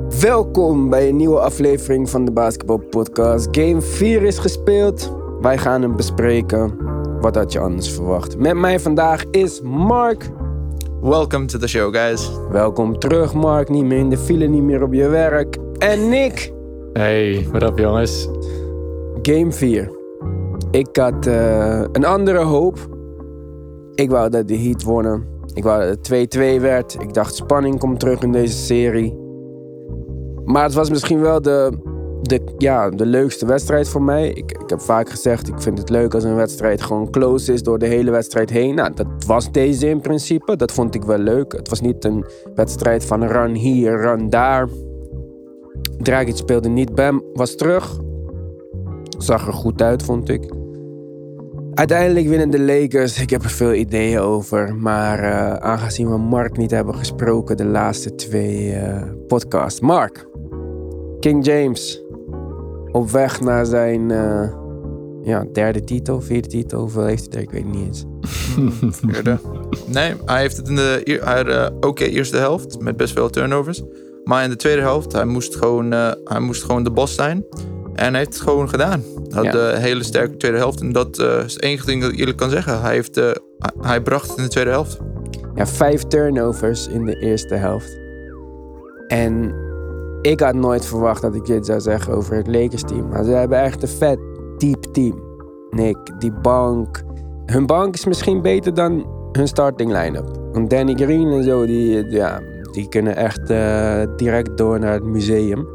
Welkom bij een nieuwe aflevering van de Basketball Podcast. Game 4 is gespeeld. Wij gaan hem bespreken. Wat had je anders verwacht? Met mij vandaag is Mark. Welcome to the show, guys. Welkom terug, Mark. Niet meer in de file, niet meer op je werk. En Nick. Hey, wat up, jongens? Game 4. Ik had een andere hoop. Ik wou dat de Heat wonnen. Ik wou dat het 2-2 werd. Ik dacht, spanning komt terug in deze serie. Maar het was misschien wel de leukste wedstrijd voor mij. Ik heb vaak gezegd, ik vind het leuk als een wedstrijd gewoon close is door de hele wedstrijd heen. Nou, dat was deze in principe. Dat vond ik wel leuk. Het was niet een wedstrijd van run hier, run daar. Dragic speelde niet. Bam was terug. Zag er goed uit, vond ik. Uiteindelijk winnen de Lakers. Ik heb er veel ideeën over. Maar aangezien we Mark niet hebben gesproken de laatste 2 podcasts. Mark. King James. Op weg naar zijn derde titel, 4e titel. Hoeveel heeft hij er? Ik weet het niet eens. Nee, hij heeft het in de eerste helft met best veel turnovers. Maar in de tweede helft, hij moest gewoon de boss zijn. En hij heeft het gewoon gedaan. Hij had de hele sterke tweede helft. En dat is het enige ding dat ik eerlijk kan zeggen. Hij bracht het in de tweede helft. Ja, 5 turnovers in de eerste helft. En ik had nooit verwacht dat ik dit zou zeggen over het Lakers team. Maar ze hebben echt een vet, diep team. Nick, die bank. Hun bank is misschien beter dan hun starting line-up. Want Danny Green en zo, die kunnen echt direct door naar het museum.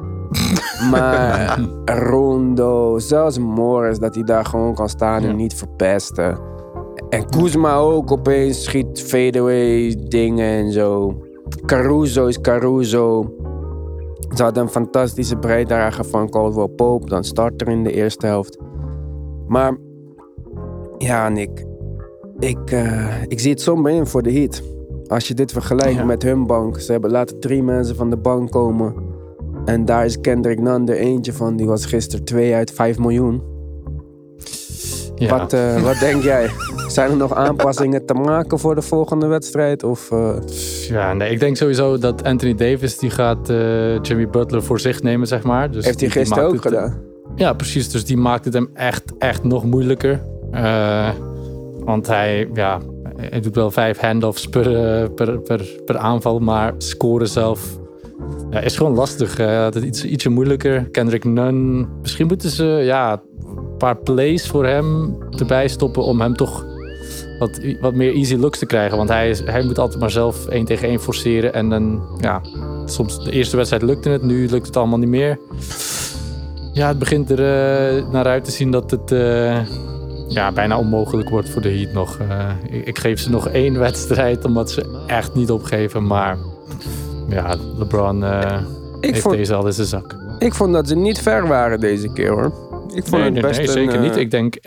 Maar Rondo, zelfs Morris, dat hij daar gewoon kan staan en niet verpesten. En Kuzma ook opeens schiet fadeaway dingen en zo. Caruso is Caruso. Ze hadden een fantastische bijdrage van Caldwell Pope, dan starter in de eerste helft. Maar ja, Nick, ik zie het somber in voor de Heat. Als je dit vergelijkt met hun bank, ze hebben laten 3 mensen van de bank komen. En daar is Kendrick Nunn er eentje van. Die was gisteren 2 uit 5 miljoen. Ja. Wat denk jij? Zijn er nog aanpassingen te maken voor de volgende wedstrijd? Of, Ja, nee, ik denk sowieso dat Anthony Davis die gaat Jimmy Butler voor zich nemen, zeg maar. Dus heeft hij gisteren ook gedaan? Ja, precies. Dus die maakt het hem echt nog moeilijker. Want hij doet wel 5 handoffs per aanval. Maar scoren zelf is gewoon lastig. Het is ietsje moeilijker. Kendrick Nunn. Misschien moeten ze een paar plays voor hem erbij stoppen om hem toch wat meer easy looks te krijgen. Want hij moet altijd maar zelf 1 tegen 1 forceren. En dan, soms de eerste wedstrijd lukte het. Nu lukt het allemaal niet meer. Ja, het begint er naar uit te zien dat het bijna onmogelijk wordt voor de Heat nog. Ik geef ze nog 1 wedstrijd, omdat ze echt niet opgeven. Maar ja, LeBron heeft deze al in zijn zak. Ik vond dat ze niet ver waren deze keer, hoor. Ik vond het best zeker niet. Ik denk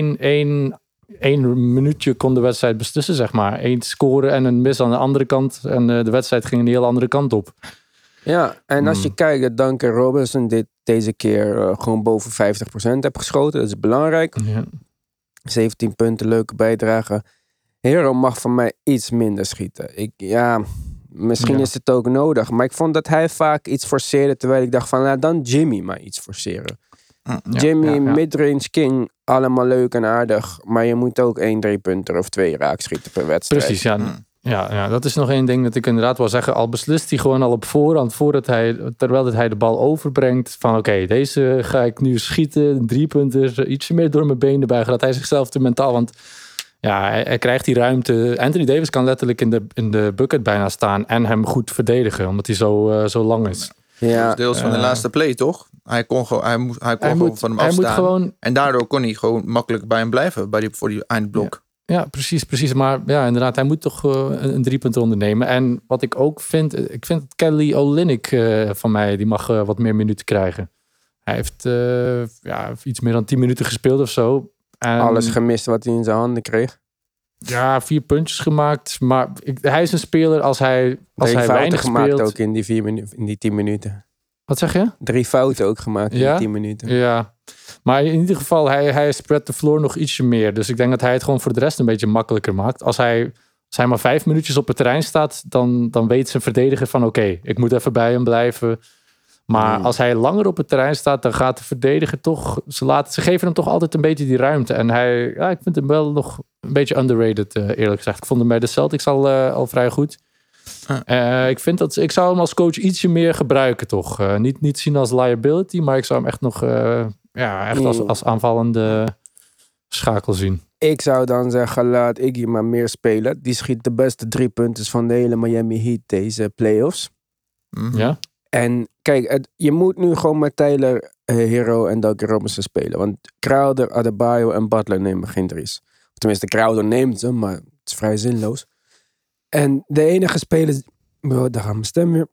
1 minuutje kon de wedstrijd beslissen, zeg maar. 1 scoren en een mis aan de andere kant. En de wedstrijd ging een heel andere kant op. Ja, en als je kijkt dat Duncan Robinson deze keer gewoon boven 50% heeft geschoten. Dat is belangrijk. Ja. 17 punten, leuke bijdrage. Hero mag van mij iets minder schieten. Misschien is het ook nodig. Maar ik vond dat hij vaak iets forceerde. Terwijl ik dacht van, laat dan Jimmy maar iets forceren. Jimmy, midrange king, allemaal leuk en aardig. Maar je moet ook 1 3-punter of 2 raak schieten per wedstrijd. Precies, ja, dat is nog 1 ding dat ik inderdaad wil zeggen. Al beslist hij gewoon al op voorhand, terwijl hij de bal overbrengt. Van oké, deze ga ik nu schieten. 3 punten, ietsje meer door mijn benen erbij. Gaat hij zichzelf te mentaal, want hij krijgt die ruimte. Anthony Davis kan letterlijk in de bucket bijna staan en hem goed verdedigen, omdat hij zo lang is. Ja, dat is deels van de laatste play, toch? Hij kon gewoon van hem afstaan. En daardoor kon hij gewoon makkelijk bij hem blijven voor die eindblok. Ja, precies. Maar ja, inderdaad, hij moet toch een 3-punter ondernemen. En wat ik ook vind, ik vind dat Kelly Olynyk van mij, die mag wat meer minuten krijgen. Hij heeft iets meer dan 10 minuten gespeeld of zo. En alles gemist wat hij in zijn handen kreeg. Ja, 4 puntjes gemaakt. Maar hij is een speler als hij weinig gemaakt speelt. Ook in die 10 minuten. Wat zeg je? 3 fouten ook gemaakt in die 10 minuten. Ja, maar in ieder geval, hij spreadt de floor nog ietsje meer. Dus ik denk dat hij het gewoon voor de rest een beetje makkelijker maakt. Als hij als hij maar 5 minuutjes op het terrein staat, dan weet zijn verdediger van oké, ik moet even bij hem blijven. Maar als hij langer op het terrein staat, dan gaat de verdediger toch... Ze geven hem toch altijd een beetje die ruimte. En ik vind hem wel nog een beetje underrated, eerlijk gezegd. Ik vond hem bij de Celtics al vrij goed. Ik zou hem als coach ietsje meer gebruiken, toch? Niet zien als liability, maar ik zou hem echt nog als aanvallende schakel zien. Ik zou dan zeggen, laat Iggy maar meer spelen. Die schiet de beste 3 punten van de hele Miami Heat deze playoffs. Mhm. Ja? En kijk, je moet nu gewoon met Tyler Hero en Doug Robinson spelen. Want Crowder, Adebayo en Butler nemen geen drie's. Tenminste, Crowder neemt ze, maar het is vrij zinloos. En de enige spelers... Bro, daar gaat mijn stem weer.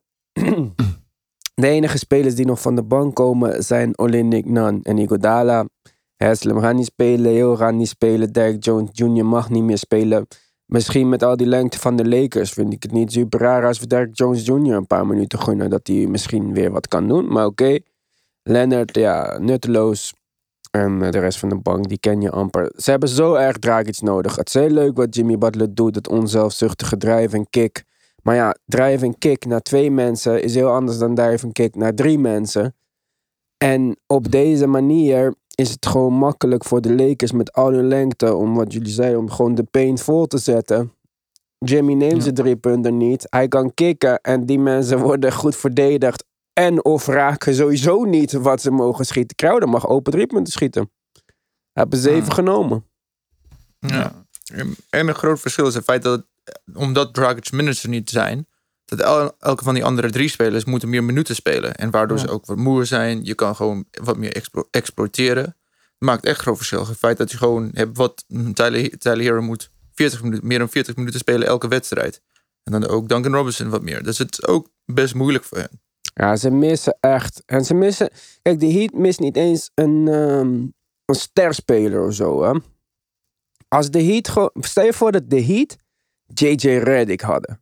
De enige spelers die nog van de bank komen zijn Olynyk, Nunn en Iguodala. Haslem gaat niet spelen, Leo gaat niet spelen, Derrick Jones Jr. mag niet meer spelen. Misschien met al die lengte van de Lakers vind ik het niet super raar als we Derrick Jones Jr. een paar minuten gunnen dat hij misschien weer wat kan doen. Maar oké. Leonard, ja, nutteloos. En de rest van de bank, die ken je amper. Ze hebben zo erg Dragic nodig. Het is heel leuk wat Jimmy Butler doet, het onzelfzuchtige drive en kick. Maar ja, drive en kick naar 2 mensen is heel anders dan drive en kick naar 3 mensen. En op deze manier is het gewoon makkelijk voor de Lakers met al hun lengte, om wat jullie zeiden, om gewoon de paint vol te zetten. Jimmy neemt zijn 3 punten niet. Hij kan kicken en die mensen worden goed verdedigd. En of raken sowieso niet wat ze mogen schieten. Crowder mag open 3 punten schieten. Hebben 7 genomen. Ja. En een groot verschil is het feit dat, omdat Dragic minutes er niet zijn, dat elke van die andere 3 spelers moeten meer minuten spelen. En waardoor ze ook wat moer zijn. Je kan gewoon wat meer exploiteren. Het maakt echt groot verschil. Het feit dat je gewoon hebt wat Tyler Hero moet 40 minuten, meer dan 40 minuten spelen elke wedstrijd. En dan ook Duncan Robinson wat meer. Dus het is ook best moeilijk voor hen. Ja, ze missen echt. En ze missen... Kijk, de Heat mist niet eens een sterspeler of zo, hè. Als de Heat gewoon... Stel je voor dat de Heat JJ Redick hadden.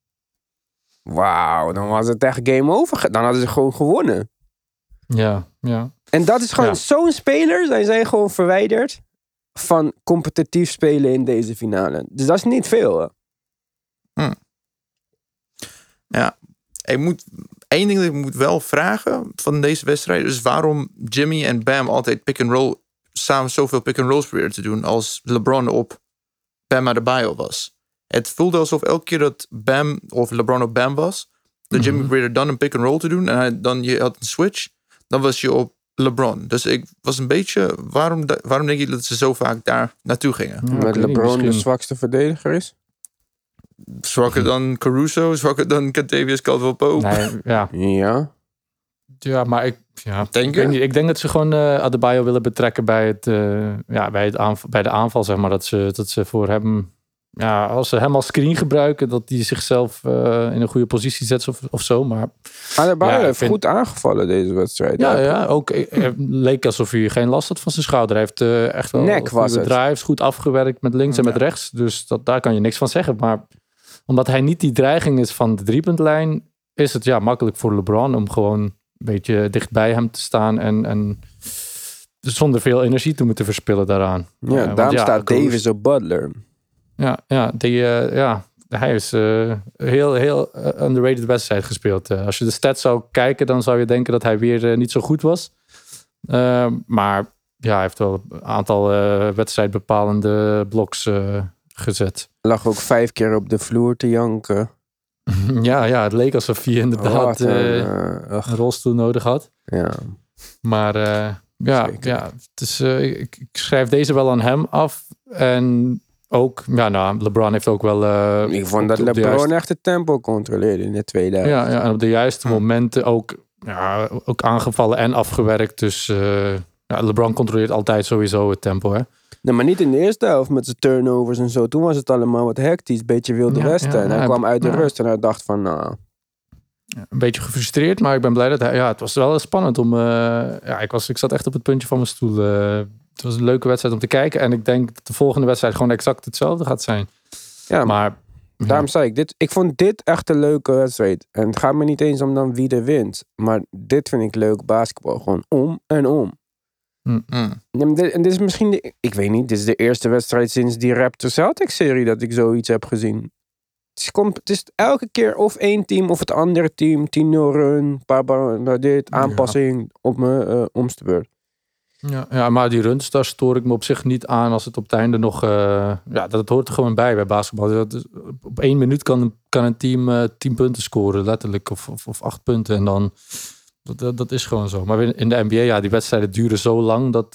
Wauw, dan was het echt game over. Dan hadden ze gewoon gewonnen. Ja. En dat is gewoon zo'n speler. Zijn zij gewoon verwijderd van competitief spelen in deze finale. Dus dat is niet veel, hè. Ja, één ding dat ik moet wel vragen van deze wedstrijd is waarom Jimmy en Bam altijd pick-and-roll samen zoveel pick-and-rolls proberen te doen als LeBron op Bam Adebayo was. Het voelde alsof elke keer dat Bam of LeBron op Bam was, dat Jimmy probeerde dan een pick-and-roll te doen en je had een switch, dan was je op LeBron. Dus ik was een beetje, waarom denk je dat ze zo vaak daar naartoe gingen? Ja, met LeBron de zwakste verdediger is? Zwakker dan Caruso, zwakker dan Kentavious Caldwell-Pope. Nee, Ja. Ja, maar ik weet niet. Ik denk dat ze gewoon Adebayo willen betrekken bij de aanval, zeg maar. Dat ze voor hem, als ze hem als screen gebruiken, dat hij zichzelf in een goede positie zet of zo. Maar Adebayo heeft goed aangevallen deze wedstrijd. Ja, ook het leek alsof hij geen last had van zijn schouder. Hij heeft echt wel goede drives, goed afgewerkt met links en met rechts. Dus daar kan je niks van zeggen. Maar omdat hij niet die dreiging is van de 3-puntlijn, is het makkelijk voor LeBron om gewoon een beetje dicht bij hem te staan en zonder veel energie te moeten verspillen daaraan. Ja, daarom staat Davis op Butler. Hij is heel underrated wedstrijd gespeeld. Als je de stats zou kijken, dan zou je denken dat hij weer niet zo goed was. Maar hij heeft wel een aantal wedstrijdbepalende bloks gezet. Lag ook 5 keer op de vloer te janken. Ja, het leek alsof hij inderdaad een rolstoel nodig had. Ja. Maar het is, ik schrijf deze wel aan hem af. En ook, LeBron heeft ook wel... ik vond dat LeBron echt het tempo controleerde in de tweede helft. Ja, en op de juiste momenten ook aangevallen en afgewerkt. Dus LeBron controleert altijd sowieso het tempo, hè. Nee, maar niet in de eerste helft met zijn turnovers en zo. Toen was het allemaal wat hectisch, een beetje wilde westen. En hij kwam uit de rust en hij dacht van... een beetje gefrustreerd, maar ik ben blij dat hij... het was wel spannend om... ik zat echt op het puntje van mijn stoel. Het was een leuke wedstrijd om te kijken. En ik denk dat de volgende wedstrijd gewoon exact hetzelfde gaat zijn. Ja, maar... Daarom zei ik vond dit echt een leuke wedstrijd. En het gaat me niet eens om dan wie er wint. Maar dit vind ik leuk basketbal. Gewoon om en om. En dit is misschien, ik weet niet, dit is de eerste wedstrijd sinds die Raptors-Celtics-serie dat ik zoiets heb gezien. Het is elke keer of één team of het andere team, 10-0 run, aanpassing op mijn omste beurt. Ja, maar die runs, daar stoor ik me op zich niet aan als het op het einde nog... dat hoort er gewoon bij basketbal. Op 1 minuut kan een team 10 punten scoren, letterlijk. Of 8 punten. En dan... Dat is gewoon zo. Maar in de NBA, die wedstrijden duren zo lang dat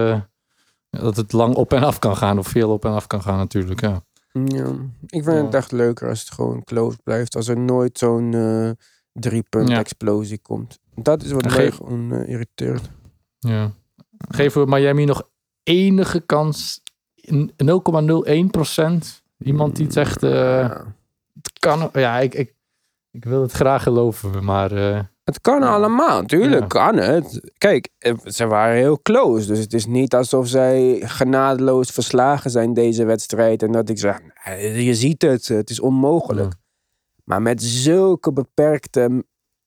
het lang op en af kan gaan. Of veel op en af kan gaan natuurlijk, ja. Ja, ik vind het echt leuker als het gewoon close blijft. Als er nooit zo'n 3-punt explosie komt. Dat is wat mij gewoon irriteert. Ja. Geven we Miami nog enige kans? 0,01%? Iemand die zegt... Het kan... Ja, ik wil het graag geloven, maar... Het kan allemaal, natuurlijk kan het. Kijk, ze waren heel close. Dus het is niet alsof zij genadeloos verslagen zijn deze wedstrijd. En dat ik zeg, je ziet het is onmogelijk. Maar met zulke beperkte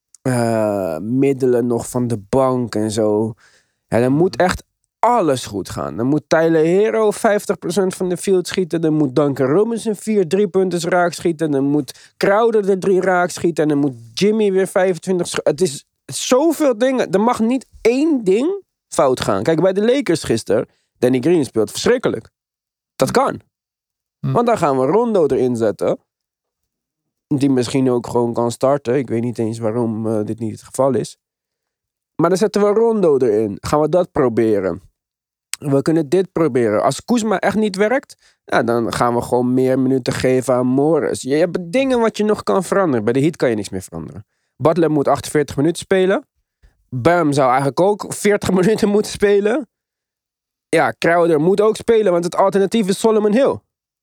middelen nog van de bank en zo. Ja, dan moet echt alles goed gaan. Dan moet Tyler Hero 50% van de field schieten. Dan moet Duncan Robinson 4 3-punters raak schieten. Dan moet Crowder er 3 raak schieten. En dan moet Jimmy weer 25 Het is zoveel dingen. Er mag niet één ding fout gaan. Kijk, bij de Lakers gisteren. Danny Green speelt verschrikkelijk. Dat kan. Want dan gaan we Rondo erin zetten. Die misschien ook gewoon kan starten. Ik weet niet eens waarom dit niet het geval is. Maar dan zetten we Rondo erin. Gaan we dat proberen. We kunnen dit proberen. Als Kuzma echt niet werkt, dan gaan we gewoon meer minuten geven aan Morris. Je hebt dingen wat je nog kan veranderen. Bij de Heat kan je niks meer veranderen. Butler moet 48 minuten spelen. Bam zou eigenlijk ook 40 minuten moeten spelen. Ja, Crowder moet ook spelen, want het alternatief is Solomon Hill.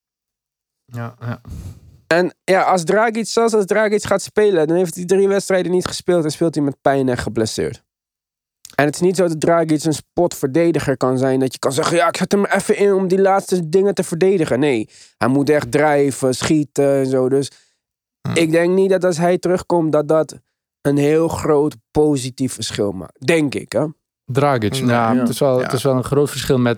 Ja. En ja, zelfs als Dragic gaat spelen, dan heeft hij 3 wedstrijden niet gespeeld en speelt hij met pijn en geblesseerd. En het is niet zo dat Dragic een spotverdediger kan zijn. Dat je kan zeggen, ja, ik zet hem even in om die laatste dingen te verdedigen. Nee, hij moet echt drijven, schieten en zo. Dus ik denk niet dat als hij terugkomt, dat een heel groot positief verschil maakt. Denk ik, hè? Dragic, het is wel een groot verschil met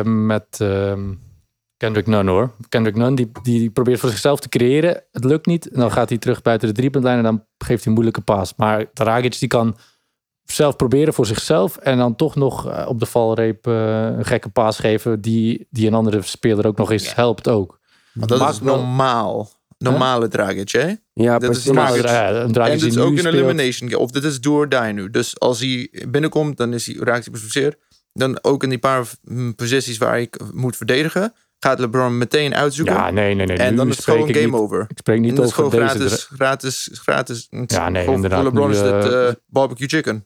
Kendrick Nunn, hoor. Kendrick Nunn, die probeert voor zichzelf te creëren. Het lukt niet. En dan gaat hij terug buiten de 3-puntlijn en dan geeft hij een moeilijke paas. Maar Dragic, die kan zelf proberen voor zichzelf en dan toch nog op de valreep een gekke paas geven die een andere speler ook nog eens helpt ook. Maar dat is normale Dragic, hè? Ja, dat is Dragic. En dit is ook een elimination. Of dit is do or die nu. Dus als hij binnenkomt, dan raakt hij beslisserd. Dan ook in die paar posities waar ik moet verdedigen, gaat LeBron meteen uitzoeken. Ja, nee. En dan is het gewoon game over. Ik spreek niet over deze... gratis. Ja, nee, inderdaad. Voor LeBron is het barbecue chicken.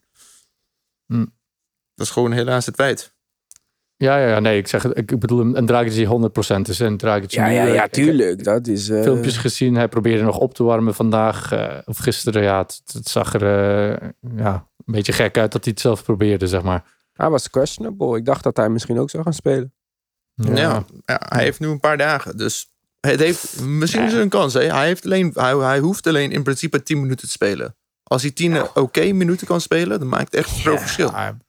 Dat is gewoon helaas het feit. Ja, nee, ik bedoel een Dragic die 100% is. En Dragic ja, tuurlijk. Dat is... Filmpjes gezien, hij probeerde nog op te warmen vandaag. Of gisteren, het zag er een beetje gek uit dat hij het zelf probeerde, zeg maar. Hij was questionable. Ik dacht dat hij misschien ook zou gaan spelen. Ja, hij heeft nu een paar dagen. Dus het heeft misschien is er een kans. Hè? Hij hoeft alleen in principe 10 minuten te spelen. Als hij 10 minuten kan spelen, dan maakt het echt een groot verschil.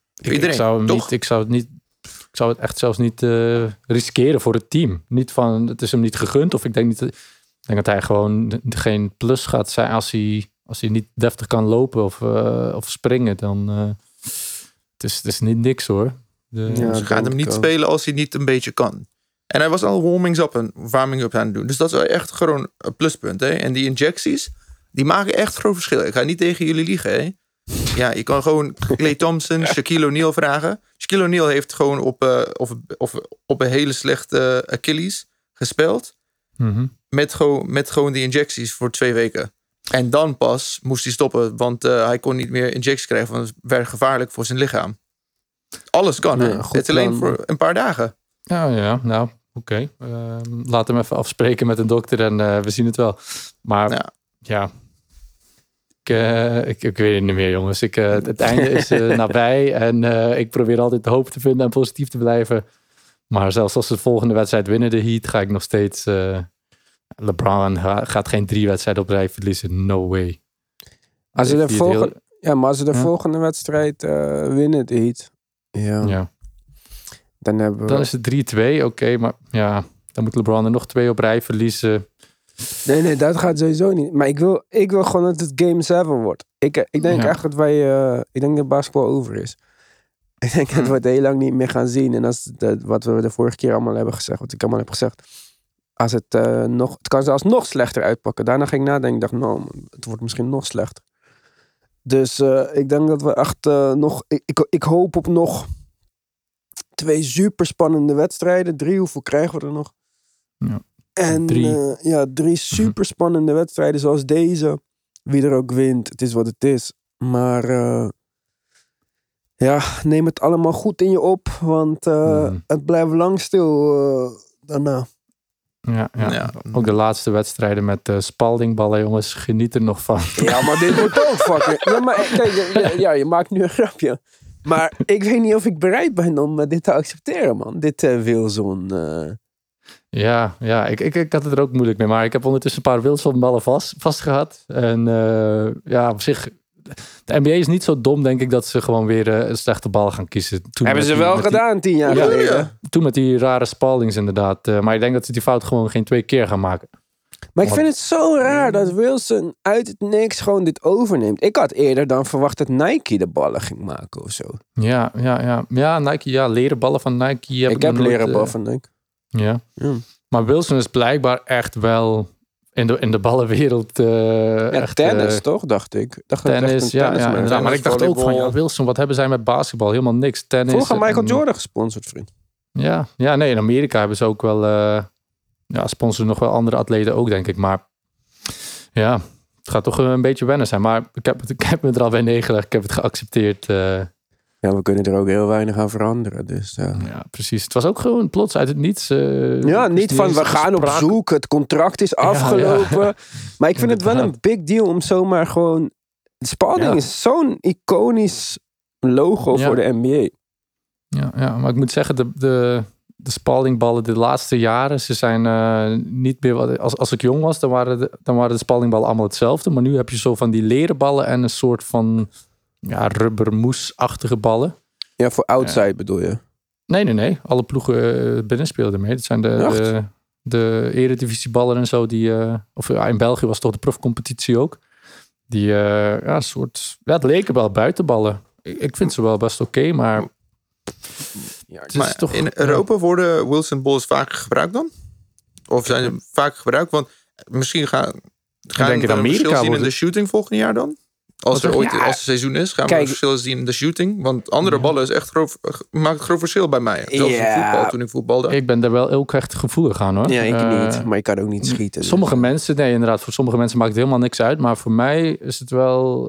Ik zou het echt zelfs niet riskeren voor het team. Niet van, het is hem niet gegund. Of ik denk dat hij gewoon geen plus gaat zijn als hij niet deftig kan lopen of springen. Dan het is niet niks, hoor. Ze gaan hem niet spelen als hij niet een beetje kan. En hij was al warming up aan het doen. Dus dat is echt gewoon een pluspunt. Hè? En die injecties, die maken echt groot verschil. Ik ga niet tegen jullie liegen. Hè? Ja, je kan gewoon Klay Thompson, Shaquille O'Neal vragen. Shaquille O'Neal heeft gewoon op een hele slechte Achilles gespeeld. Mm-hmm. Met gewoon die injecties voor 2 weken. En dan pas moest hij stoppen, want hij kon niet meer injecties krijgen, want het werd gevaarlijk voor zijn lichaam. Alles kan, hè? Het is alleen voor een paar dagen. Ja, nou, oké. Laat hem even afspreken met een dokter en we zien het wel. Maar ik weet het niet meer, jongens. Het einde is nabij en ik probeer altijd hoop te vinden en positief te blijven. Maar zelfs als ze de volgende wedstrijd winnen, de Heat, ga ik nog steeds... LeBron gaat geen 3 wedstrijden op rij verliezen. No way. Als ze de volgende wedstrijd winnen, de Heat. Ja. Dan hebben we... Dan is het 3-2, oké. Maar ja, dan moet LeBron er nog 2 op rij verliezen. Nee, dat gaat sowieso niet. Maar ik wil gewoon dat het Game 7 wordt. Ik denk echt dat ik denk dat basketbal over is. Ik denk dat we het heel lang niet meer gaan zien. En als wat we de vorige keer allemaal hebben gezegd, wat ik allemaal heb gezegd. Als het het kan zelfs nog slechter uitpakken. Daarna ging ik nadenken. Ik dacht, het wordt misschien nog slechter. Dus ik denk dat we echt nog... Ik hoop op nog 2 super spannende wedstrijden. 3, hoeveel krijgen we er nog? Ja. En 3 super spannende wedstrijden zoals deze. Wie er ook wint, het is wat het is. Maar neem het allemaal goed in je op. Want het blijft lang stil daarna. Ja. Ook de laatste wedstrijden met Spaldingballen, jongens. Geniet er nog van. Ja, maar dit wordt ook fucking... Ja, maar kijk, je maakt nu een grapje. Maar ik weet niet of ik bereid ben om dit te accepteren, man. Dit Wilson... Ja, ik had het er ook moeilijk mee. Maar ik heb ondertussen een paar Wilson-ballen vast gehad. En op zich... De NBA is niet zo dom, denk ik, dat ze gewoon weer een slechte bal gaan kiezen. Hebben ze wel gedaan 10 jaar geleden. Ja. Toen met die rare Spaldings inderdaad. Maar ik denk dat ze die fout gewoon geen 2 keer gaan maken. Maar ik vind het zo raar dat Wilson uit het niks gewoon dit overneemt. Ik had eerder dan verwacht dat Nike de ballen ging maken of zo. Ja, Nike, leren ballen van Nike. Ik heb leren ballen van Nike. Ja. Maar Wilson is blijkbaar echt wel in de ballenwereld. Echt, tennis toch, dacht ik. Tennis, inderdaad. Maar ik dacht ook van, Wilson, wat hebben zij met basketbal? Helemaal niks. Tennis. Vroeger Michael Jordan gesponsord, vriend. Ja, nee, in Amerika hebben ze ook wel... sponsoren nog wel andere atleten ook, denk ik. Maar ja, het gaat toch een beetje wennen zijn. Maar ik heb me er al bij neergelegd. Ik heb het geaccepteerd. Ja, we kunnen er ook heel weinig aan veranderen. Dus, ja, precies. Het was ook gewoon plots uit het niets. Niet van we gaan op zoek. Het contract is afgelopen. Ja. Maar ik vind het wel een big deal om zomaar gewoon... Spalding is zo'n iconisch logo voor de NBA. Ja, maar ik moet zeggen, de Spaldingballen de laatste jaren, ze zijn niet meer... Als ik jong was, dan waren de Spaldingballen allemaal hetzelfde. Maar nu heb je zo van die leren ballen en een soort van... rubbermoesachtige ballen. Ja, voor outside bedoel je? Nee. Alle ploegen binnen speelden mee. Dat zijn de eredivisieballen en zo. In België was toch de profcompetitie ook. Die het leken wel buitenballen. Ik vind ze wel best oké, maar... maar toch, in Europa worden Wilson balls vaker gebruikt dan? Of zijn ze vaker gebruikt? Want misschien gaan we een verschil zien in de shooting volgend jaar dan? Als het seizoen is, gaan we een verschil zien in de shooting. Want andere ballen is echt maakt het groot verschil bij mij. Zelfs in voetbal, toen ik voetbalde. Ik ben daar wel ook echt gevoelig aan, hoor. Ja, ik niet. Maar ik kan ook niet schieten. Sommige mensen, inderdaad. Voor sommige mensen maakt het helemaal niks uit. Maar voor mij is het wel...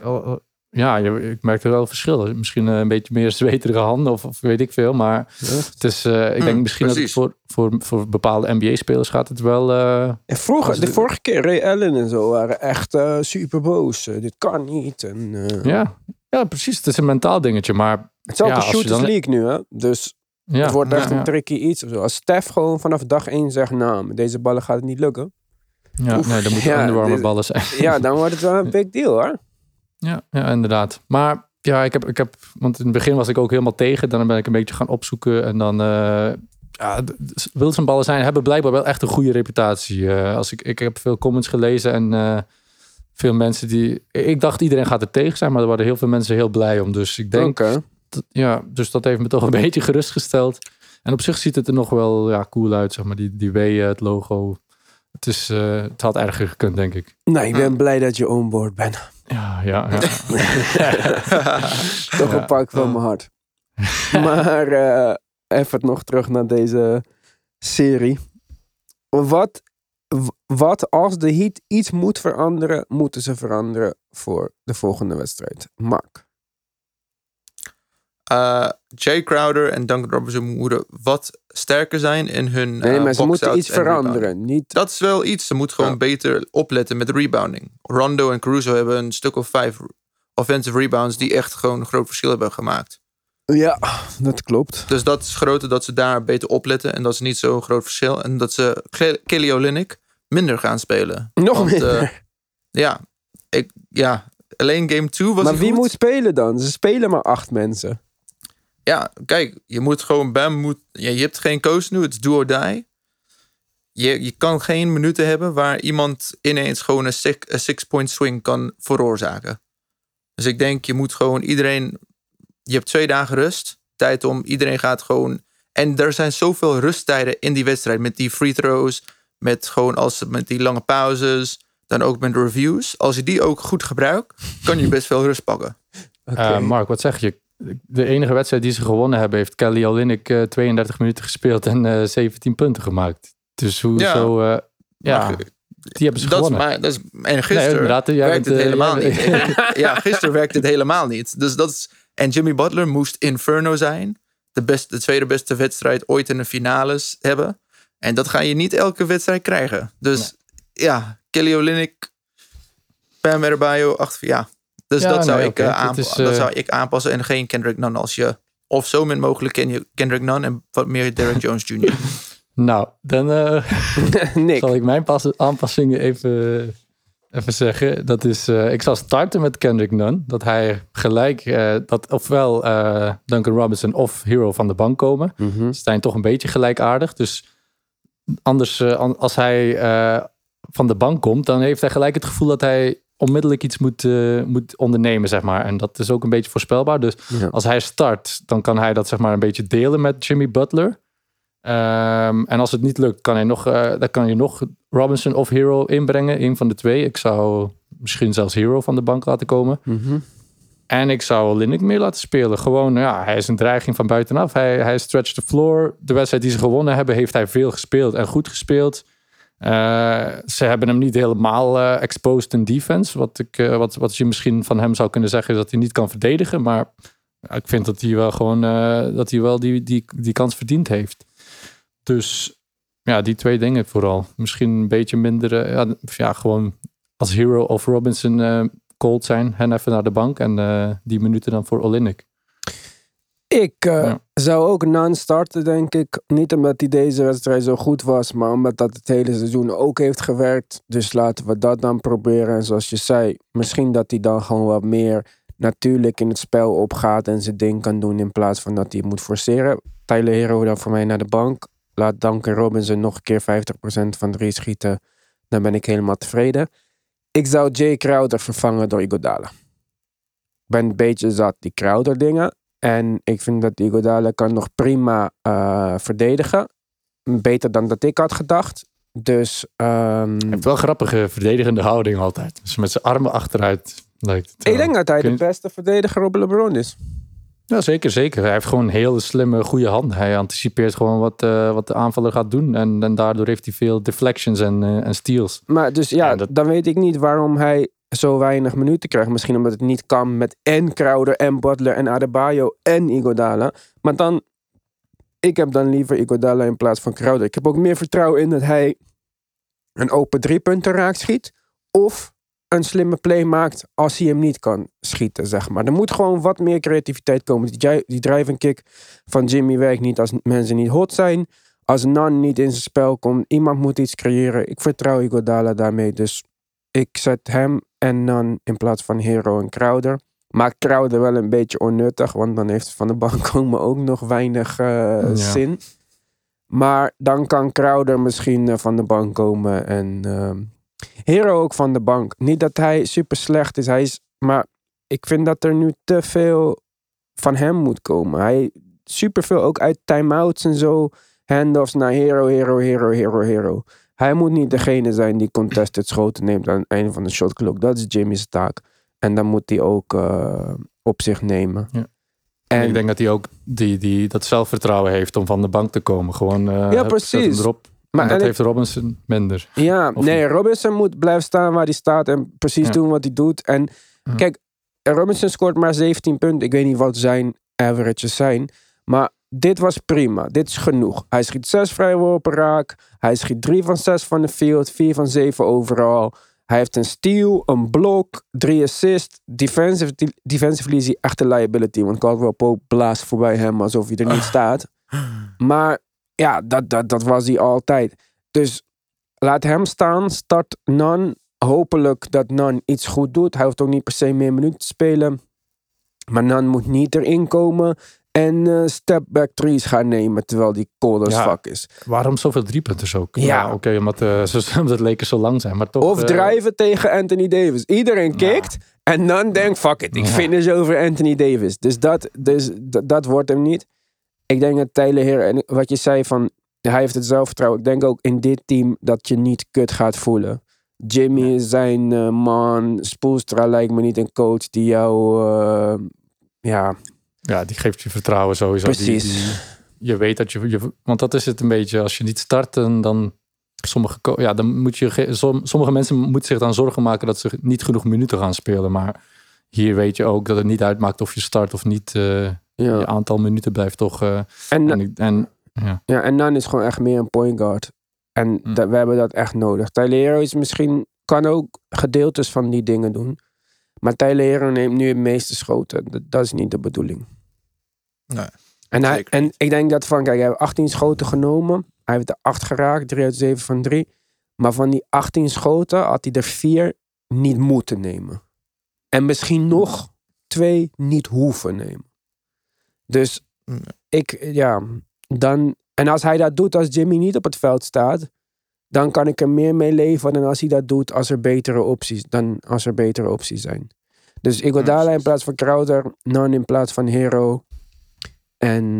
ik merk er wel verschil. Misschien een beetje meer zweterige handen of weet ik veel. Maar het is, ik denk misschien precies. Dat het voor bepaalde NBA-spelers gaat het wel... de vorige keer Ray Allen en zo waren echt super boos. Dit kan niet. En, ja, precies. Het is een mentaal dingetje. Maar het is ook de Shooters League nu, hè? Dus het wordt echt een tricky iets of zo. Als Steph gewoon vanaf dag 1 zegt, met deze ballen gaat het niet lukken. Dan moeten underarmen ballen zijn. Ja, dan wordt het wel een big deal, hoor. Ja, inderdaad. Maar ja, ik heb, want in het begin was ik ook helemaal tegen. Dan ben ik een beetje gaan opzoeken. En dan, Wilson-ballen hebben blijkbaar wel echt een goede reputatie. Ik heb veel comments gelezen en veel mensen die... Ik dacht iedereen gaat er tegen zijn, maar er waren heel veel mensen heel blij om. Dus ik denk, dus dat heeft me toch een beetje gerustgesteld. En op zich ziet het er nog wel cool uit, zeg maar. Die W, het logo. Het had erger gekund, denk ik. Nou, ik ben blij dat je onboard bent. Ja. Toch een pak van mijn hart. Maar even nog terug naar deze serie. Wat als de Heat iets moet veranderen, moeten ze veranderen voor de volgende wedstrijd? Mark? Jay Crowder en Duncan Robinson moeten wat sterker zijn in hun nee, maar ze moeten iets veranderen. Niet... Dat is wel iets. Ze moeten gewoon beter opletten met rebounding. Rondo en Caruso hebben een stuk of 5 offensive rebounds die echt gewoon een groot verschil hebben gemaakt. Ja, dat klopt. Dus dat is groter dat ze daar beter opletten en dat is niet zo'n groot verschil. En dat ze Kelly Olynyk minder gaan spelen. Nog minder? Alleen game 2 was maar wie goed. Moet spelen dan? Ze spelen maar 8 mensen. Ja, kijk, je moet gewoon je hebt geen koos nu, het is do or die. Je kan geen minuten hebben waar iemand ineens gewoon een 6-point swing kan veroorzaken. Dus ik denk, je moet gewoon iedereen... Je hebt 2 dagen rust. Tijd om iedereen gaat gewoon... En er zijn zoveel rusttijden in die wedstrijd. Met die free throws. Met die lange pauzes. Dan ook met reviews. Als je die ook goed gebruikt, kan je best veel rust pakken. Okay. Mark, wat zeg je? De enige wedstrijd die ze gewonnen hebben... heeft Kelly Olynyk 32 minuten gespeeld en 17 punten gemaakt. Dus hoezo... die hebben ze gewonnen. En gisteren werkte het helemaal niet. Gisteren werkte het helemaal niet. Dus en Jimmy Butler moest Inferno zijn. De tweede beste wedstrijd ooit in de finales hebben. En dat ga je niet elke wedstrijd krijgen. Dus Kelly Olynyk, Bam Adebayo, Dus dat zou ik aanpassen. En geen Kendrick Nunn als je... Of zo min mogelijk Kendrick Nunn en wat meer Derrick Jones Jr. Nou, dan zal ik mijn aanpassingen even zeggen. Dat is, ik zal starten met Kendrick Nunn. Dat hij gelijk, ofwel Duncan Robinson of Hero van de bank komen. Ze zijn toch een beetje gelijkaardig. Dus anders, als hij van de bank komt, dan heeft hij gelijk het gevoel dat hij onmiddellijk iets moet ondernemen, zeg maar. En dat is ook een beetje voorspelbaar. Dus als hij start, dan kan hij dat zeg maar een beetje delen met Jimmy Butler. En als het niet lukt, dan kan je nog Robinson of Hero inbrengen. Een van de 2. Ik zou misschien zelfs Hero van de bank laten komen. En ik zou Olynyk meer laten spelen. Gewoon, hij is een dreiging van buitenaf. Hij stretched the floor. De wedstrijd die ze gewonnen hebben, heeft hij veel gespeeld en goed gespeeld. Ze hebben hem niet helemaal exposed in defense. Wat je misschien van hem zou kunnen zeggen, is dat hij niet kan verdedigen. Maar ik vind dat hij wel gewoon die kans verdiend heeft. Dus die 2 dingen vooral. Misschien een beetje minder... gewoon als Hero of Robinson cold zijn. Hen even naar de bank. En die minuten dan voor Olynyk. Ik zou ook Nunn starten, denk ik. Niet omdat hij deze wedstrijd zo goed was, maar omdat dat het hele seizoen ook heeft gewerkt. Dus laten we dat dan proberen. En zoals je zei, misschien dat hij dan gewoon wat meer natuurlijk in het spel opgaat en zijn ding kan doen in plaats van dat hij moet forceren. Tyler Hero dan voor mij naar de bank. Laat Duncan Robinson nog een keer 50% van 3 schieten. Dan ben ik helemaal tevreden. Ik zou Jay Crowder vervangen door Iguodala. Ik ben een beetje zat die Crowder dingen. En ik vind dat Iguodala kan nog prima verdedigen. Beter dan dat ik had gedacht. Dus... Hij heeft wel grappige verdedigende houding altijd. Dus met zijn armen achteruit lijkt het. Ik denk dat hij de beste verdediger op LeBron is. Ja, zeker. Hij heeft gewoon een hele slimme, goede hand. Hij anticipeert gewoon wat de aanvaller gaat doen. En daardoor heeft hij veel deflections en steals. Maar dus dan weet ik niet waarom hij zo weinig minuten krijgt. Misschien omdat het niet kan met en Crowder en Butler en Adebayo en Iguodala. Maar dan... Ik heb dan liever Iguodala in plaats van Crowder. Ik heb ook meer vertrouwen in dat hij een open 3-punten raak schiet. Of een slimme play maakt als hij hem niet kan schieten, zeg maar. Er moet gewoon wat meer creativiteit komen. Die driving kick van Jimmy werkt niet als mensen niet hot zijn. Als Nunn niet in zijn spel komt. Iemand moet iets creëren. Ik vertrouw Iguodala daarmee. Dus ik zet hem en Nunn in plaats van Hero en Crowder. Maakt Crowder wel een beetje onnuttig. Want dan heeft van de bank komen ook nog weinig zin. Maar dan kan Crowder misschien van de bank komen. En Hero ook van de bank. Niet dat hij super slecht is. Maar ik vind dat er nu te veel van hem moet komen. Hij super veel ook uit timeouts en zo. Handoffs naar Hero. Hij moet niet degene zijn die contested schoten neemt aan het einde van de shotclock. Dat is Jimmy's taak. En dan moet hij ook op zich nemen. Ja. En ik denk dat hij ook dat zelfvertrouwen heeft om van de bank te komen. Gewoon precies. Erop. Maar dat heeft Robinson minder. Ja, Robinson moet blijven staan waar hij staat en precies doen wat hij doet. En kijk, Robinson scoort maar 17 punten. Ik weet niet wat zijn averages zijn. Maar dit was prima. Dit is genoeg. Hij schiet 6 vrijworpen raak. Hij schiet 3 van 6 van de field. 4 van 7 overal. Hij heeft een steal, een blok, 3 assists. Defensively is hij echt een liability. Want Caldwell Pope blaast voorbij hem alsof hij er niet staat. Maar ja, dat was hij altijd. Dus laat hem staan. Start Nunn. Hopelijk dat Nunn iets goed doet. Hij hoeft ook niet per se meer minuten te spelen. Maar Nunn moet niet erin komen. en step-back threes gaan nemen terwijl die cold as fuck is. Waarom zoveel driepunters ook? Ja. Oké, omdat de Lakers zo lang zijn, maar toch... Of drijven tegen Anthony Davis. Iedereen kikt en dan denkt, fuck it, ik finish over Anthony Davis. Dus dat wordt hem niet. Ik denk dat Tyler Hero, en wat je zei van, hij heeft het zelfvertrouwen. Ik denk ook in dit team dat je niet kut gaat voelen. Jimmy is zijn man. Spoelstra lijkt me niet een coach die jou... Ja, die geeft je vertrouwen sowieso. precies. Je weet dat je... Want dat is het een beetje. Als je niet start, dan... dan moet je... Sommige mensen moeten zich dan zorgen maken dat ze niet genoeg minuten gaan spelen. Maar hier weet je ook dat het niet uitmaakt of je start of niet. Je aantal minuten blijft toch... En Nan is gewoon echt meer een point guard. En we hebben dat echt nodig. Tyler Hero is misschien... Kan ook gedeeltes van die dingen doen. Maar Tyler Hero neemt nu het meeste schoten. Dat is niet de bedoeling. Nee. En ik denk dat kijk, hij heeft 18 schoten genomen. Hij heeft er 8 geraakt, 3 uit 7 van 3. Maar van die 18 schoten had hij er 4 niet moeten nemen. En misschien nog 2 niet hoeven nemen. Dus dan... En als hij dat doet als Jimmy niet op het veld staat, dan kan ik er meer mee leven dan als hij dat doet als er betere opties zijn. Dus Iguodala in plaats van Crowder, Nan in plaats van Hero. En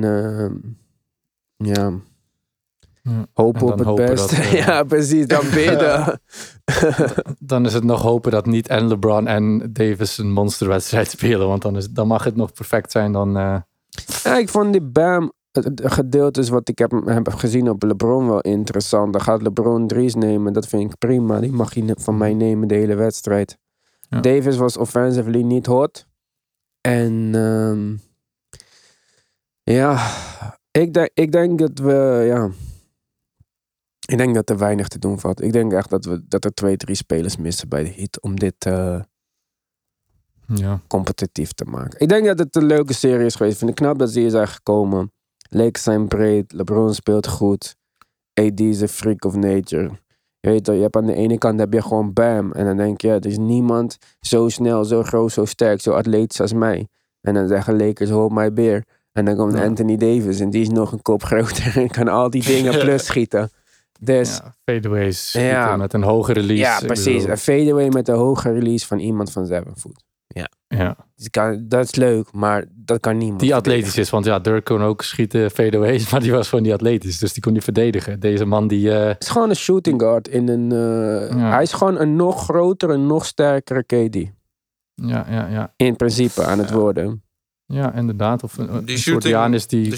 hopen op het beste. Ja, precies, dan bidden. Dan is het nog hopen dat niet en LeBron en Davis een monsterwedstrijd spelen, want dan mag het nog perfect zijn. Ja, ik vond die Bam, het gedeelte wat ik heb gezien op LeBron wel interessant. Dan gaat LeBron 3's nemen, dat vind ik prima. Die mag hij van mij nemen de hele wedstrijd. Ja. Davis was offensively niet hot. En ik denk dat we, ik denk dat er weinig te doen valt. Ik denk echt dat er 2-3 spelers missen bij de Heat om dit competitief te maken. Ik denk dat het een leuke serie is geweest. Ik vind het knap dat ze hier zijn gekomen. Lakers zijn breed. LeBron speelt goed. AD is een freak of nature. Je weet toch, je hebt aan de ene kant heb je gewoon Bam. En dan denk je, er is niemand zo snel, zo groot, zo sterk, zo atletisch als mij. En dan zeggen Lakers, hold my beer. En dan komt Anthony Davis en die is nog een kop groter en kan al die dingen plus schieten. Dus, fadeaways met een hoge release. Ja, precies. Een fadeaway met een hoge release van iemand van 7 voet. Ja. Dat is leuk, maar dat kan niemand. Die atletisch is, want Dirk kon ook schieten fadeaways, maar die was gewoon niet atletisch, dus die kon niet verdedigen. Deze man die... Het is gewoon een shooting guard in een... Hij is gewoon een nog grotere, nog sterkere KD. Ja. In principe aan het worden. Ja, inderdaad. Of die shooting,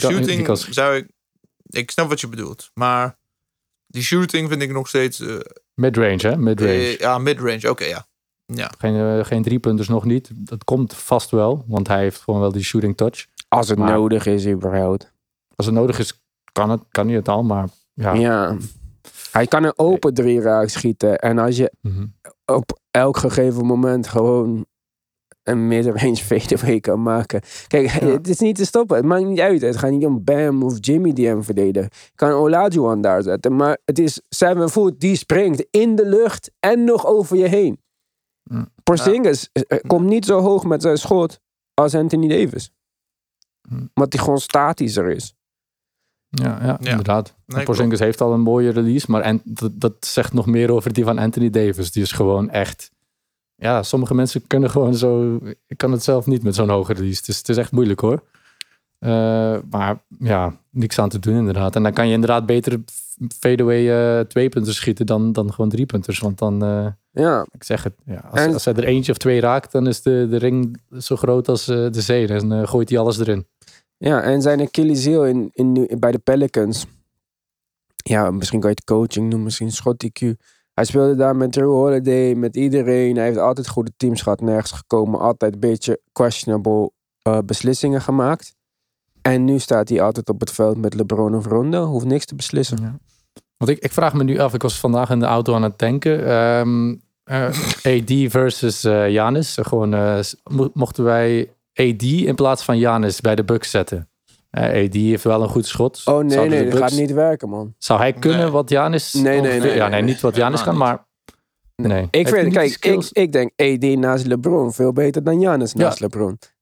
ik snap wat je bedoelt, maar die shooting vind ik nog steeds... midrange, hè? Midrange. Midrange, oké, ja. Geen driepunters nog niet. Dat komt vast wel, want hij heeft gewoon wel die shooting touch. Als het nodig is, überhaupt. Als het nodig is, kan hij het al, maar ja. Hij kan een open 3 raak schieten. En als je op elk gegeven moment gewoon een midrange fadeaway kan maken. Kijk, het is niet te stoppen. Het maakt niet uit. Het gaat niet om Bam of Jimmy die hem verdedigen. Je kan Olajuwon daar zetten. Maar het is 7 voet die springt in de lucht en nog over je heen. Porzingis komt niet zo hoog met zijn schot als Anthony Davis. Omdat hij gewoon statischer is. Ja, inderdaad. Porzingis heeft al een mooie release, maar dat zegt nog meer over die van Anthony Davis. Die is gewoon echt... Ja, sommige mensen kunnen gewoon zo... Ik kan het zelf niet met zo'n hoge release. Het is echt moeilijk hoor. Maar niks aan te doen inderdaad. En dan kan je inderdaad beter fadeaway 2 punten schieten dan gewoon 3 punters. Want dan... Ik zeg het. Ja, als hij er eentje of 2 raakt, dan is de ring zo groot als de zee. En gooit hij alles erin. Ja, en zijn Achilleshiel bij de Pelicans. Ja, misschien kan je het coaching noemen, misschien schot IQ. Hij speelde daar met Drew Holiday, met iedereen. Hij heeft altijd goede teams gehad, nergens gekomen. Altijd een beetje questionable beslissingen gemaakt. En nu staat hij altijd op het veld met LeBron of Rondo. Hoeft niks te beslissen. Ja. Want ik vraag me nu af, ik was vandaag in de auto aan het tanken. AD versus Giannis. Mochten wij AD in plaats van Giannis bij de Bucks zetten? AD heeft wel een goed schot. Oh nee, dat gaat niet werken, man. Zou hij kunnen wat Giannis... Nee, niet wat Giannis kan, maar... Nee. Ik denk AD naast LeBron veel beter dan Giannis naast LeBron.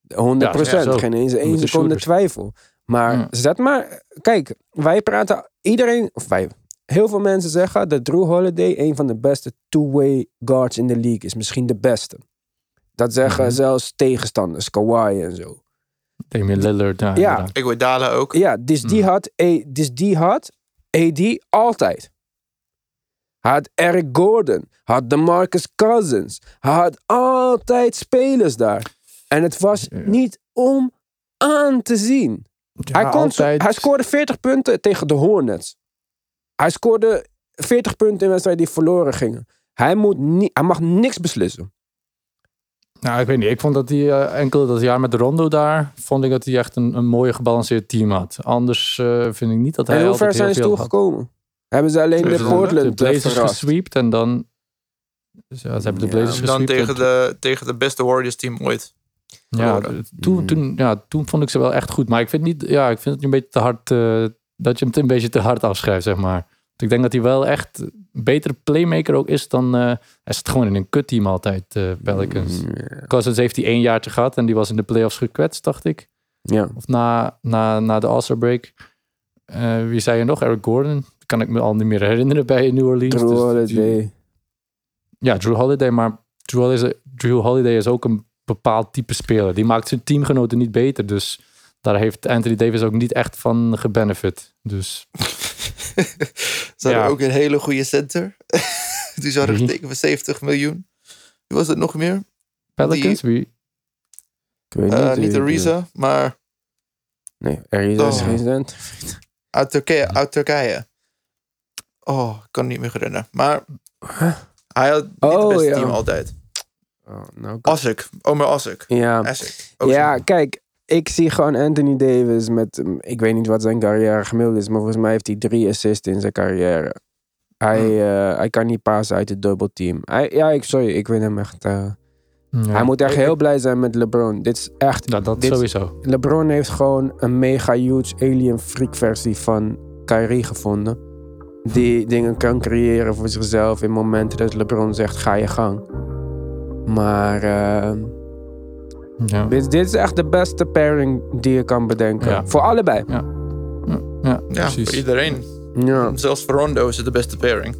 100%. zo. Geen eens Met 1 de seconde shooters. twijfel. Maar zet maar... Kijk, wij praten... Heel veel mensen zeggen dat Drew Holiday een van de beste two-way guards in de league is. Misschien de beste. Dat zeggen zelfs tegenstanders, Kawhi en zo. Damian Lillard. Ja. inderdaad. Iguodala ook. Ja, dus die had AD altijd. Hij had Eric Gordon. Had DeMarcus Cousins. Hij had altijd spelers daar. En het was niet om aan te zien. Ja, Hij scoorde 40 punten tegen de Hornets. Hij scoorde 40 punten in wedstrijden die verloren gingen. Hij mag niks beslissen. Nou, ik weet niet. Ik vond dat hij enkel dat jaar met de Rondo daar... vond ik dat hij echt een mooie gebalanceerd team had. Anders vind ik niet dat hij En hoe altijd ver zijn heel ze veel toegekomen? Hebben ze alleen de Portland de Blazers verrast? gesweept en dan... Dus ja, ze hebben de Blazers En dan gesweept. tegen de beste Warriors team ooit. Ja, toen vond ik ze wel echt goed. Maar ik vind het een beetje te hard... dat je hem een beetje te hard afschrijft, zeg maar. Ik denk dat hij wel echt een betere playmaker ook is dan... hij zit gewoon in een kutteam altijd, Pelicans. Cousins heeft hij 1 jaartje gehad en die was in de playoffs gekwetst, dacht ik. Ja. Of na de All-Star break. Wie zei je nog? Eric Gordon. Kan ik me al niet meer herinneren bij New Orleans. Drew Holiday. Ja, Drew Holiday. Maar Drew Holiday is ook een bepaald type speler. Die maakt zijn teamgenoten niet beter. Dus daar heeft Anthony Davis ook niet echt van gebenefit. Dus... Ze hadden ook een hele goede center. Die zouden getekend voor 70 miljoen. Wie was het nog meer? Pelicans? Wie? Ik weet niet Ariza, maar... Nee, Ariza is geen cent. Uit Turkije. Oh, ik kan het niet meer herinneren. Maar hij had niet het beste team altijd. Asik. Omer Asik. Ja, kijk. Ik zie gewoon Anthony Davis met... Ik weet niet wat zijn carrière gemiddeld is, maar volgens mij heeft hij 3 assists in zijn carrière. Hij kan niet passen uit het dubbelteam. Ik vind hem echt... Hij moet echt heel blij zijn met LeBron. Dit is echt... Sowieso. LeBron heeft gewoon een mega huge alien freak versie van Kyrie gevonden. Die dingen kan creëren voor zichzelf in momenten dat LeBron zegt, ga je gang. Maar... Dit is echt de beste pairing die je kan bedenken. Ja. Voor allebei. Ja, voor iedereen. Ja. Zelfs voor Rondo is het de beste pairing.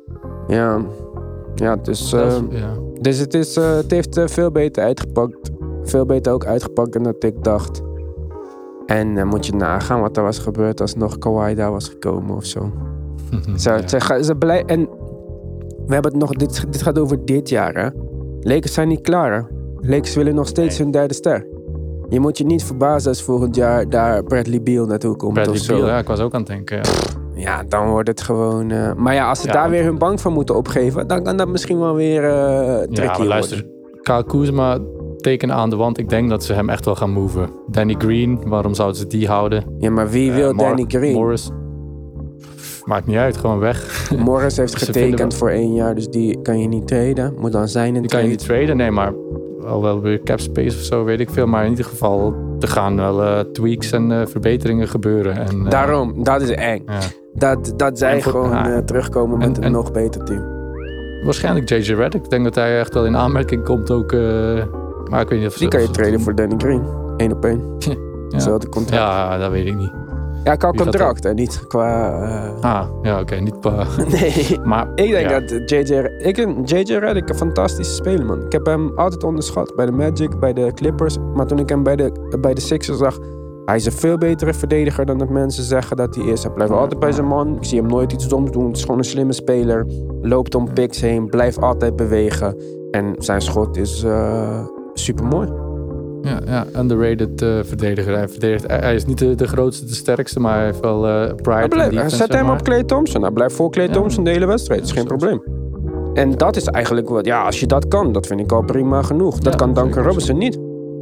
Ja, dus het heeft veel beter uitgepakt. Veel beter ook uitgepakt dan dat ik dacht. En moet je nagaan wat er was gebeurd als nog Kawhi daar was gekomen of zo. Ze blij. En we hebben het nog. Dit gaat over dit jaar, hè? Lakers zijn niet klaar, hè? Lakers willen nog steeds hun 3e ster. Je moet je niet verbazen als volgend jaar daar Bradley Beal naartoe komt. Bradley Beal, ja, ik was ook aan het denken. Ja, dan wordt het gewoon... maar ja, als ze daar weer hun bank van moeten opgeven, dan kan dat misschien wel weer tricky maar luister, Kyle Kuzma tekenen aan de wand. Ik denk dat ze hem echt wel gaan moven. Danny Green, waarom zouden ze die houden? Ja, maar wie wil Danny Green? Morris. Maakt niet uit, gewoon weg. Morris heeft getekend voor 1 jaar, dus die kan je niet traden. Moet dan zijn die kan je niet traden, nee, maar al wel weer cap space of zo, weet ik veel. Maar in ieder geval, er gaan wel tweaks en verbeteringen gebeuren. En, daarom, dat is eng. Ja. Dat zij gewoon terugkomen met een nog beter team. Waarschijnlijk J.J. Redick. Ik denk dat hij echt wel in aanmerking komt ook. Maar ik weet niet of die kan je traden voor Danny Green. 1 op 1. Hetzelfde contract. Ja, dat weet ik niet. Ja, qua contract en niet qua... oké, niet qua... Nee, maar ik denk dat J.J. Redick een fantastische speler, man. Ik heb hem altijd onderschat. Bij de Magic, bij de Clippers. Maar toen ik hem bij de Sixers zag... Hij is een veel betere verdediger dan dat mensen zeggen dat hij is. Hij blijft altijd bij zijn man. Ik zie hem nooit iets doms doen. Het is gewoon een slimme speler. Loopt om picks heen. Blijft altijd bewegen. En zijn schot is super mooi. Ja, underrated verdediger. Hij is niet de grootste, de sterkste, maar hij heeft wel pride. Zet hem op Klay Thompson. Hij blijft voor Klay Thompson de hele wedstrijd. Dat is geen probleem. En dat is eigenlijk wat... Ja, als je dat kan, dat vind ik al prima genoeg. Dat kan Duncan Robinson niet.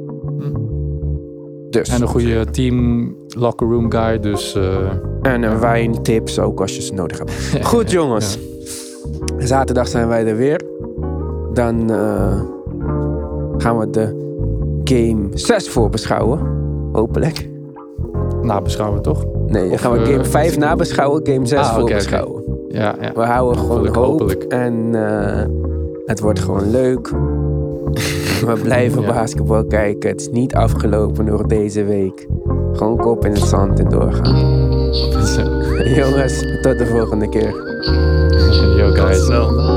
Dus. En een goede team locker room guy, dus... En een wijntips ook als je ze nodig hebt. Goed, jongens. Zaterdag zijn wij er weer. Dan gaan we de game 6 voorbeschouwen. Hopelijk. Nabeschouwen, toch? Nee, dan gaan we game 5 nabeschouwen, game 6 voorbeschouwen. Okay. Ja. We houden gewoon hoop. En het wordt gewoon leuk. We blijven Ja. basketbal kijken. Het is niet afgelopen door deze week. Gewoon kop in het zand en doorgaan. Zo. Jongens, tot de volgende keer. Yo Tot guys. snel.